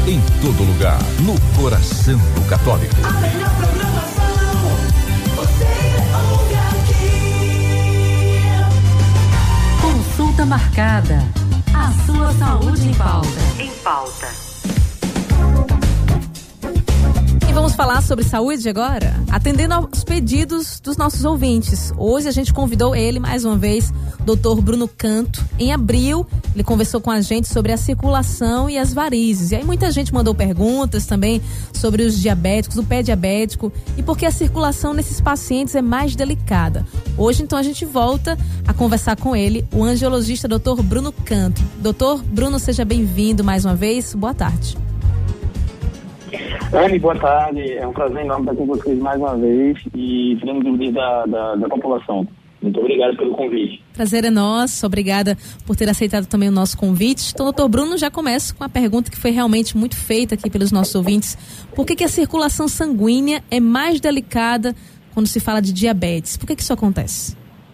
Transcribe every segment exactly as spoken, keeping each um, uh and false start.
em todo lugar, no coração do católico. A melhor programação, você ouve aqui. Consulta marcada. A sua saúde em pauta. Em pauta. E vamos falar sobre saúde agora? Atendendo aos pedidos dos nossos ouvintes. Hoje a gente convidou ele mais uma vez, doutor Bruno Canto. Em abril, ele conversou com a gente sobre a circulação e as varizes. E aí muita gente mandou perguntas também sobre os diabéticos, o pé diabético e por que a circulação nesses pacientes é mais delicada. Hoje, então, a gente volta a conversar com ele, o angiologista doutor Bruno Canto. doutor Bruno, seja bem-vindo mais uma vez. Boa tarde. Anne, boa tarde. É um prazer enorme estar com vocês mais uma vez e tirando dúvidas da, da, da população. Muito obrigado pelo convite. Prazer é nosso, obrigada por ter aceitado também o nosso convite. Então, doutor Bruno, já começa com a pergunta que foi realmente muito feita aqui pelos nossos ouvintes. Por que que a circulação sanguínea é mais delicada quando se fala de diabetes? Por que que isso acontece?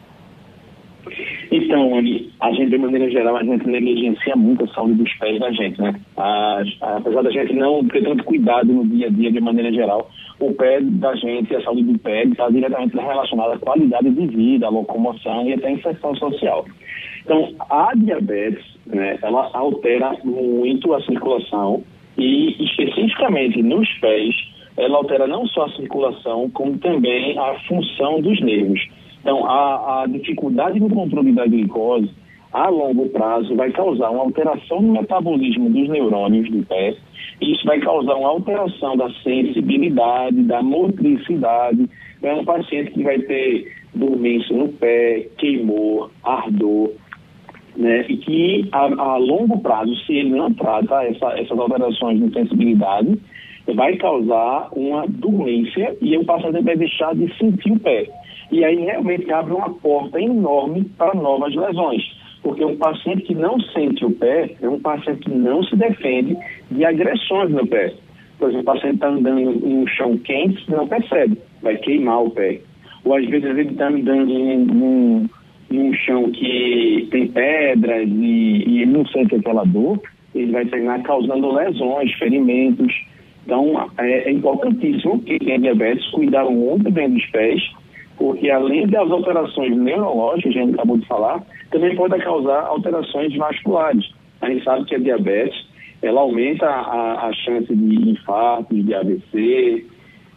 Então, Anny, a gente, de maneira geral, a gente negligencia muito a saúde dos pés da gente, né? A, a, apesar da gente não ter tanto cuidado no dia a dia, de maneira geral, o pé da gente, a saúde do pé, está diretamente relacionada à qualidade de vida, à locomoção e até à inserção social. Então, a diabetes, né, ela altera muito a circulação e, especificamente nos pés, ela altera não só a circulação, como também a função dos nervos. Então, a, a dificuldade no controle da glicose, a longo prazo, vai causar uma alteração no metabolismo dos neurônios do pé, e isso vai causar uma alteração da sensibilidade, da motricidade. É um paciente que vai ter dormência no pé, queimor, ardor, né? E que, a, a longo prazo, se ele não trata essa, essas alterações de sensibilidade, vai causar uma dormência e o paciente vai deixar de sentir o pé. E aí realmente abre uma porta enorme para novas lesões, porque um paciente que não sente o pé é um paciente que não se defende de agressões no pé. Por exemplo, o paciente está andando em um chão quente e não percebe, vai queimar o pé. Ou às vezes ele está andando em, em, em um chão que tem pedras e, e ele não sente aquela dor, ele vai terminar causando lesões, ferimentos. Então é, é importantíssimo que quem tem diabetes cuidar muito bem dos pés, porque além das alterações neurológicas, que a gente acabou de falar, também pode causar alterações vasculares. A gente sabe que a diabetes, ela aumenta a, a chance de infartos, de A V C,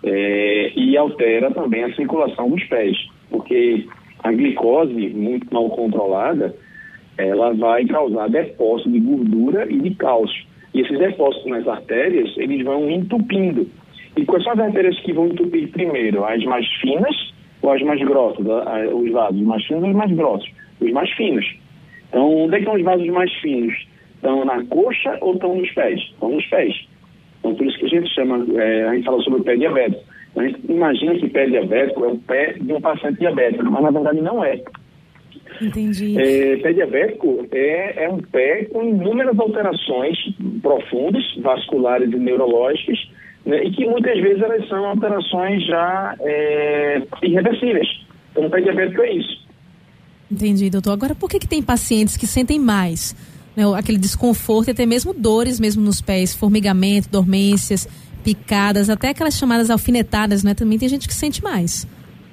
é, e altera também a circulação dos pés, porque a glicose, muito mal controlada, ela vai causar depósito de gordura e de cálcio. E esses depósitos nas artérias, eles vão entupindo. E quais são as artérias que vão entupir primeiro? As mais finas ou as mais grossas? Os vasos mais finos ou os mais grossos? Os mais finos. Então, onde é que estão os vasos mais finos? Estão na coxa ou estão nos pés? Estão nos pés. Então, por isso que a gente chama, é, a gente fala sobre o pé diabético. A gente imagina que pé diabético é o pé de um paciente diabético, mas na verdade não é. Entendi. É, pé diabético é, é um pé com inúmeras alterações profundas, vasculares e neurológicas, né, e que muitas vezes elas são alterações já é, irreversíveis. Então, o pé diabético é isso. Entendi, doutor. Agora, por que que tem pacientes que sentem mais, né, aquele desconforto e até mesmo dores mesmo nos pés, formigamento, dormências, picadas, até aquelas chamadas alfinetadas, né? Também tem gente que sente mais.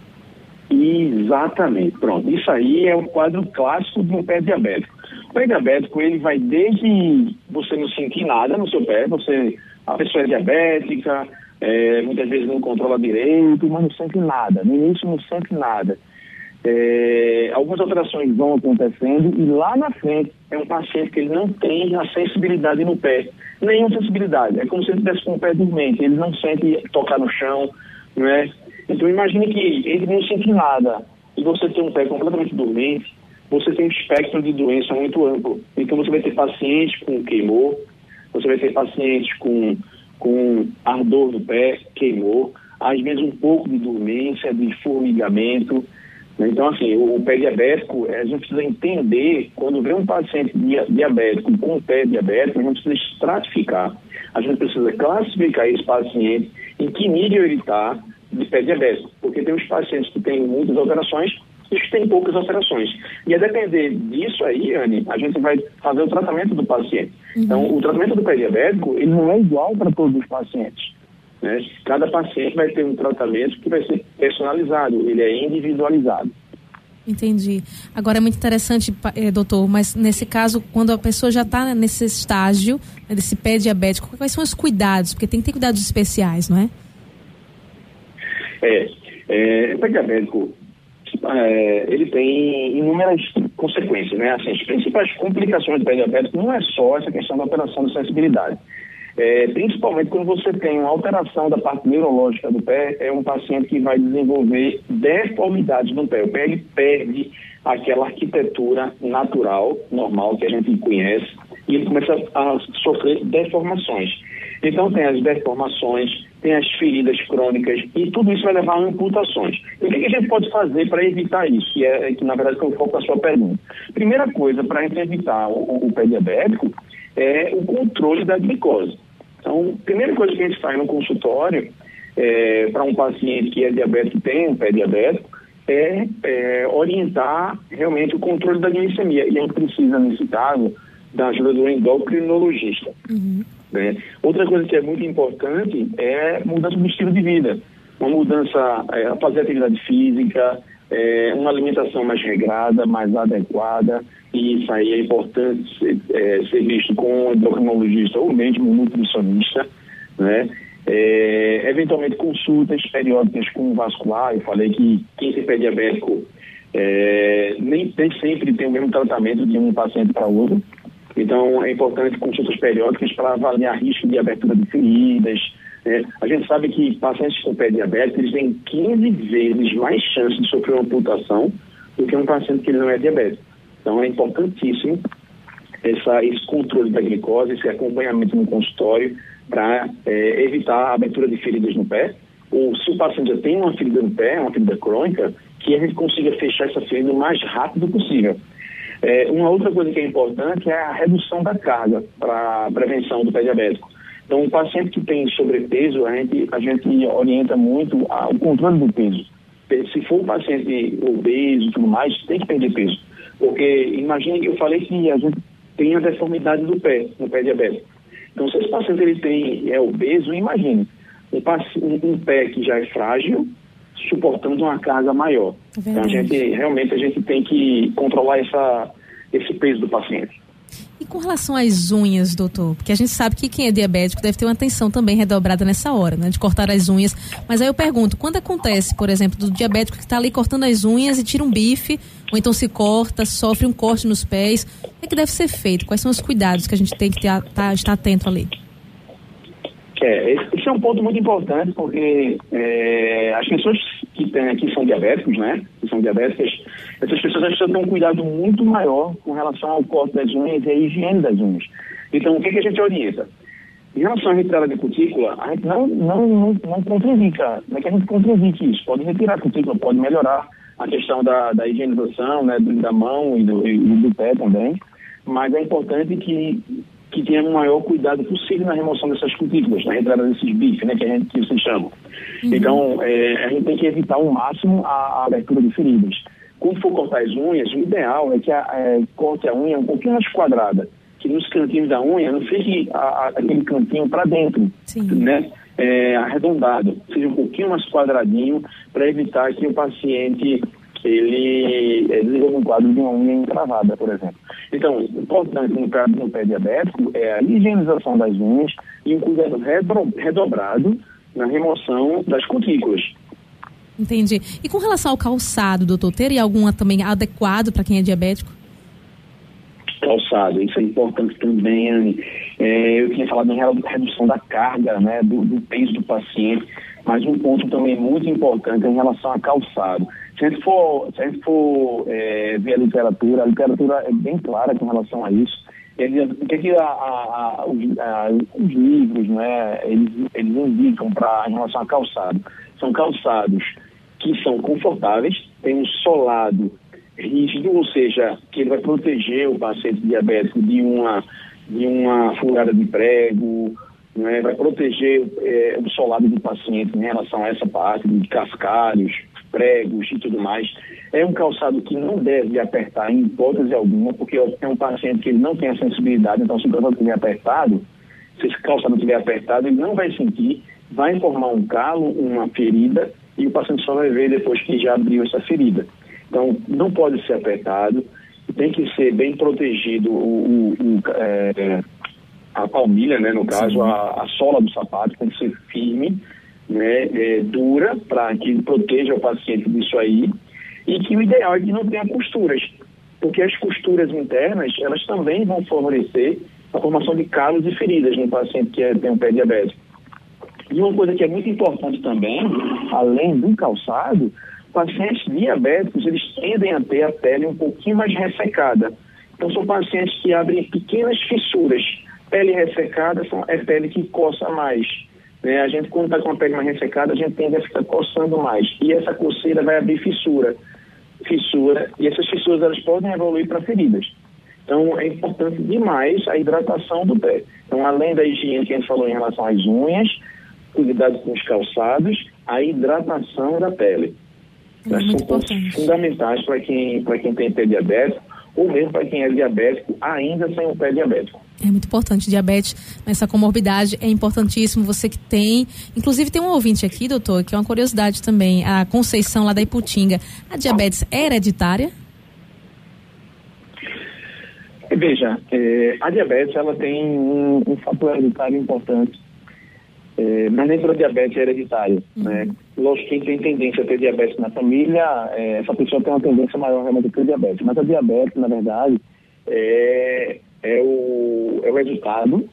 Exatamente, pronto. Isso aí é o quadro clássico de um pé diabético. O pé diabético, ele vai desde você não sentir nada no seu pé, você, a pessoa é diabética, é, muitas vezes não controla direito, mas não sente nada. No início não sente nada. É, algumas alterações vão acontecendo e lá na frente é um paciente que ele não tem a sensibilidade no pé, nenhuma sensibilidade, é como se ele estivesse com o pé dormente, ele não sente tocar no chão, não é? Então imagine que ele não sente nada e você tem um pé completamente dormente, você tem um espectro de doença muito amplo. Então você vai ter pacientes com queimor, você vai ter pacientes com, com ardor no pé, queimor, às vezes um pouco de dormência, de formigamento. Então, assim, o, o pé diabético, a gente precisa entender, quando vê um paciente diabético com pé diabético, a gente precisa estratificar. A gente precisa classificar esse paciente em que nível ele está de pé diabético. Porque tem os pacientes que têm muitas alterações e os que têm poucas alterações. E a depender disso aí, Anne, a gente vai fazer o tratamento do paciente. Uhum. Então, o tratamento do pé diabético, ele não é igual para todos os pacientes, né? Cada paciente vai ter um tratamento que vai ser personalizado, ele é individualizado. Entendi. Agora é muito interessante, eh, doutor, mas nesse caso, quando a pessoa já está nesse estágio, né, desse pé diabético, quais são os cuidados? Porque tem que ter cuidados especiais, não é? É, é o pé diabético, é, ele tem inúmeras consequências, né? Assim, as principais complicações do pé diabético não é só essa questão da alteração de sensibilidade. É, principalmente quando você tem uma alteração da parte neurológica do pé, é um paciente que vai desenvolver deformidades no pé. O pé ele perde aquela arquitetura natural, normal, que a gente conhece, e ele começa a sofrer deformações. Então tem as deformações, tem as feridas crônicas, e tudo isso vai levar a amputações. E o que a gente pode fazer para evitar isso? Que, é, que na verdade é o foco da sua pergunta. Primeira coisa, para a gente evitar o, o pé diabético, é o controle da glicose. Então, a primeira coisa que a gente faz no consultório, é, para um paciente que é diabético e tem um pé diabético, é, é orientar realmente o controle da glicemia. E a gente precisa, nesse caso, da ajuda do endocrinologista. Uhum. Né? Outra coisa que é muito importante é mudança do estilo de vida. Uma mudança, é, fazer atividade física, é, uma alimentação mais regrada, mais adequada. E isso aí é importante ser, é, ser visto com um endocrinologista ou mesmo um nutricionista, né? É, eventualmente consultas periódicas com o vascular. Eu falei que quem tem pé diabético é, nem, nem sempre tem o mesmo tratamento de um paciente para outro. Então é importante consultas periódicas para avaliar risco de abertura de feridas. É, a gente sabe que pacientes com pé diabético eles têm quinze vezes mais chance de sofrer uma amputação do que um paciente que não é diabético. Então, é importantíssimo essa, esse controle da glicose, esse acompanhamento no consultório para é, evitar a abertura de feridas no pé. Ou se o paciente já tem uma ferida no pé, uma ferida crônica, que a gente consiga fechar essa ferida o mais rápido possível. É, uma outra coisa que é importante é a redução da carga para a prevenção do pé diabético. Então, o paciente que tem sobrepeso, a gente, a gente orienta muito a, o controle do peso. Se for um paciente obeso e tudo mais, tem que perder peso. Porque imagine que eu falei que a gente tem a deformidade do pé, no pé diabético. Então, se esse paciente ele tem, é obeso, imagine um, um, um pé que já é frágil, suportando uma carga maior. É então, a gente, realmente, a gente tem que controlar essa, esse peso do paciente. E com relação às unhas, doutor? Porque a gente sabe que quem é diabético deve ter uma atenção também redobrada nessa hora, né? De cortar as unhas. Mas aí eu pergunto, quando acontece, por exemplo, do diabético que está ali cortando as unhas e tira um bife, ou então se corta, sofre um corte nos pés, o que é que deve ser feito? Quais são os cuidados que a gente tem que ter, tá, estar atento ali? É, esse é um ponto muito importante, porque é, as pessoas que, tem, que são diabéticos, né, que são diabéticas, essas pessoas precisam ter um cuidado muito maior com relação ao corte das unhas e à higiene das unhas. Então, o que, que a gente orienta? Em relação à retirada de cutícula, a gente não, não, não, não contraindica, não é que a gente contraindique isso, pode retirar a cutícula, pode melhorar a questão da, da higienização, né, da mão e do, e do pé também, mas é importante que que tenha o maior cuidado possível na remoção dessas cutículas, na entrada desses bifes, né, que a gente que vocês chamam. Uhum. Então, é, a gente tem que evitar ao máximo a, a abertura de feridas. Quando for cortar as unhas, o ideal é que a, é, corte a unha um pouquinho mais quadrada, que nos cantinhos da unha não fique a, a, aquele cantinho para dentro, Sim. né, é, arredondado, seja um pouquinho mais quadradinho, para evitar que o paciente ele é, desenvolva um quadro de uma unha encravada, por exemplo. Então, o importante no pé, no pé diabético é a higienização das unhas e um cuidado redobrado na remoção das cutículas. Entendi. E com relação ao calçado, doutor, teria alguma também adequado para quem é diabético? Calçado, isso é importante também, Anne. É, eu tinha falado em redução da carga, né, do, do peso do paciente, mas um ponto também muito importante é em relação a calçado. Se a gente for, se a gente for é, ver a literatura, a literatura é bem clara com relação a isso. Eles, o que, é que a, a, a, os, a, os livros, né, eles, eles indicam pra, em relação a calçado? São calçados que são confortáveis, tem um solado rígido, ou seja, que ele vai proteger o paciente diabético de uma, de uma furada de prego, né, vai proteger é, o solado do paciente em relação a essa parte de cascalhos, pregos e tudo mais. É um calçado que não deve apertar em hipótese alguma, porque é um paciente que ele não tem a sensibilidade, então se o calçado estiver apertado, se esse calçado estiver apertado, ele não vai sentir, vai formar um calo, uma ferida, e o paciente só vai ver depois que já abriu essa ferida. Então, não pode ser apertado, tem que ser bem protegido o, o, o, é, a palmilha, né, no caso, a, a sola do sapato tem que ser firme, né, é, dura, para que proteja o paciente disso aí, e que o ideal é que não tenha costuras, porque as costuras internas, elas também vão favorecer a formação de calos e feridas no paciente que é, tem um pé diabético. E uma coisa que é muito importante também, além do calçado, pacientes diabéticos, eles tendem a ter a pele um pouquinho mais ressecada. Então, são pacientes que abrem pequenas fissuras. Pele ressecada são, é pele que coça mais. Né? A gente, quando está com a pele mais ressecada, a gente tende a ficar coçando mais. E essa coceira vai abrir fissura. Fissura. E essas fissuras, elas podem evoluir para feridas. Então, é importante demais a hidratação do pé. Então, além da higiene que a gente falou em relação às unhas, cuidado com os calçados, a hidratação da pele. É São pontos fundamentais para quem, para quem tem pé diabético, ou mesmo para quem é diabético, ainda sem o pé diabético. É muito importante, diabetes, essa comorbidade é importantíssimo, você que tem, inclusive tem um ouvinte aqui, doutor, que é uma curiosidade também, a Conceição lá da Iputinga, a diabetes é hereditária? Veja, é, a diabetes, ela tem um, um fator hereditário importante, é, mas nem toda diabetes é hereditária, uhum. né? Lógico que quem tem tendência a ter diabetes na família, é, essa pessoa tem uma tendência maior realmente a ter diabetes, mas a diabetes, na verdade, é, é, o, é o resultado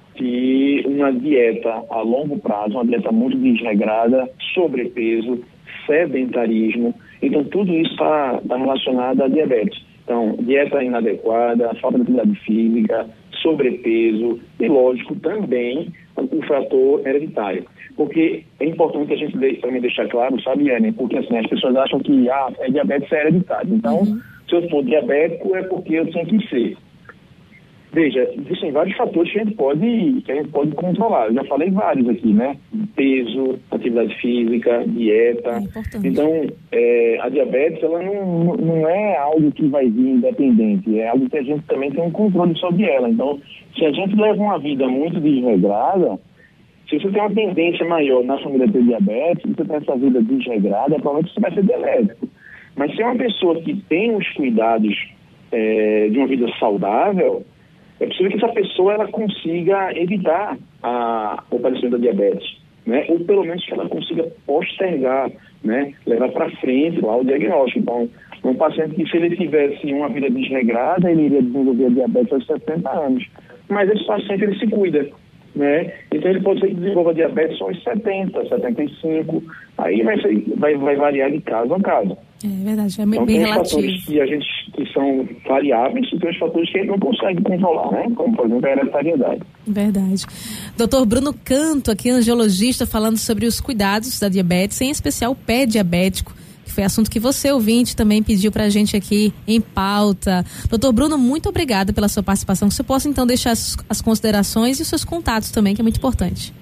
de uma dieta a longo prazo, uma dieta muito desregrada, sobrepeso, sedentarismo, então tudo isso está tá relacionado à diabetes. Então, dieta inadequada, falta de atividade física, sobrepeso e, lógico, também o fator hereditário. Porque é importante a gente também deixar claro, sabe, Anne? Porque assim, as pessoas acham que ah, é diabetes é hereditário. Então, uhum. se eu for diabético é porque eu tenho que ser. Veja, existem vários fatores que a gente pode, que a gente pode controlar. Eu já falei vários aqui, né? Peso, atividade física, dieta. É então, é, a diabetes, ela não, não é algo que vai vir independente. É algo que a gente também tem um controle sobre ela. Então, se a gente leva uma vida muito desregrada, se você tem uma tendência maior na família ter diabetes, você tem essa vida desregrada, provavelmente você vai ser diabético. Mas se é uma pessoa que tem os cuidados é, de uma vida saudável, é possível que essa pessoa ela consiga evitar a, o aparecimento da diabetes, né? Ou pelo menos que ela consiga postergar, né? Levar para frente lá o diagnóstico. Então, um paciente que se ele tivesse uma vida desregrada, ele iria desenvolver a diabetes aos setenta anos. Mas esse paciente ele se cuida, né? Então ele pode ser que desenvolva diabetes só aos setenta, setenta e cinco, aí vai, ser, vai, vai variar de caso a caso. É verdade, é então, bem tem relativo. Fatores que a gente que são variáveis e tem os fatores que a gente não consegue controlar, né? Como, por exemplo, a hereditariedade. Verdade. doutor Bruno Canto, aqui angiologista, falando sobre os cuidados da diabetes, em especial o pé diabético, que foi assunto que você, ouvinte, também pediu pra gente aqui em pauta. doutor Bruno, muito obrigada pela sua participação. Que você possa, então, deixar as, as considerações e os seus contatos também, que é muito importante.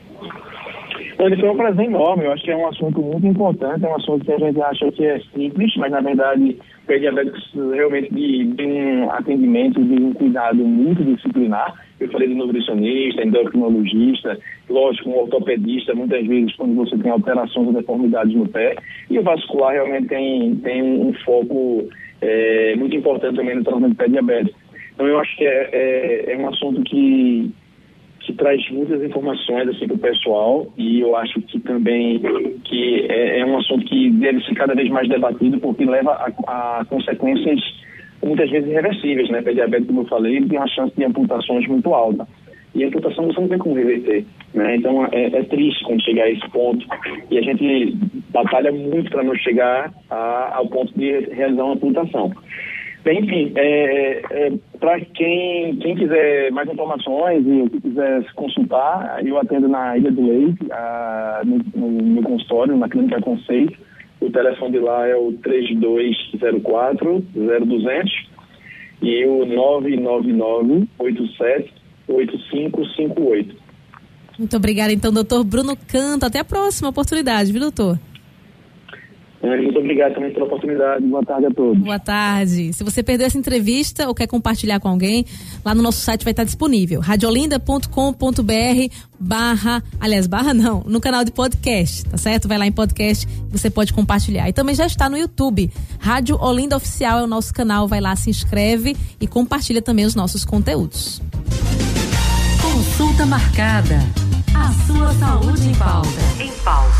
Então, foi um prazer enorme. Eu acho que é um assunto muito importante, é um assunto que a gente acha que é simples, mas, na verdade, o pé diabético realmente de, de um atendimento, de um cuidado multidisciplinar. Eu falei de nutricionista, endocrinologista, lógico, um ortopedista, muitas vezes quando você tem alterações ou deformidades no pé. E o vascular realmente tem, tem um foco é, muito importante também no tratamento do pé diabético. Então, eu acho que é, é, é um assunto que... que traz muitas informações assim, para o pessoal, e eu acho que também que é, é um assunto que deve ser cada vez mais debatido, porque leva a, a consequências muitas vezes irreversíveis, né? Pé diabético, como eu falei, tem uma chance de amputações muito alta, e a amputação você não tem como reverter, né? Então é, é triste quando chegar a esse ponto, e a gente batalha muito para não chegar a, ao ponto de realizar uma amputação. Bem, enfim, é, é, para quem, quem quiser mais informações e que quiser se consultar, eu atendo na Ilha do Leite, a, no, no, no consultório, na Clínica Conceito. O telefone de lá é o três dois zero quatro zero dois zero zero e o nove nove nove oito sete oito cinco cinco oito. Muito obrigada, então, doutor Bruno Canto. Até a próxima oportunidade, viu, doutor? Muito obrigado também pela oportunidade. Boa tarde a todos. Boa tarde. Se você perdeu essa entrevista ou quer compartilhar com alguém, lá no nosso site vai estar disponível. radiolinda ponto com ponto br barra, aliás, barra não, no canal de podcast, tá certo? Vai lá em podcast, você pode compartilhar. E também já está no YouTube. Rádio Olinda Oficial é o nosso canal, vai lá, se inscreve e compartilha também os nossos conteúdos. Consulta marcada. A sua saúde em pauta. Em pauta.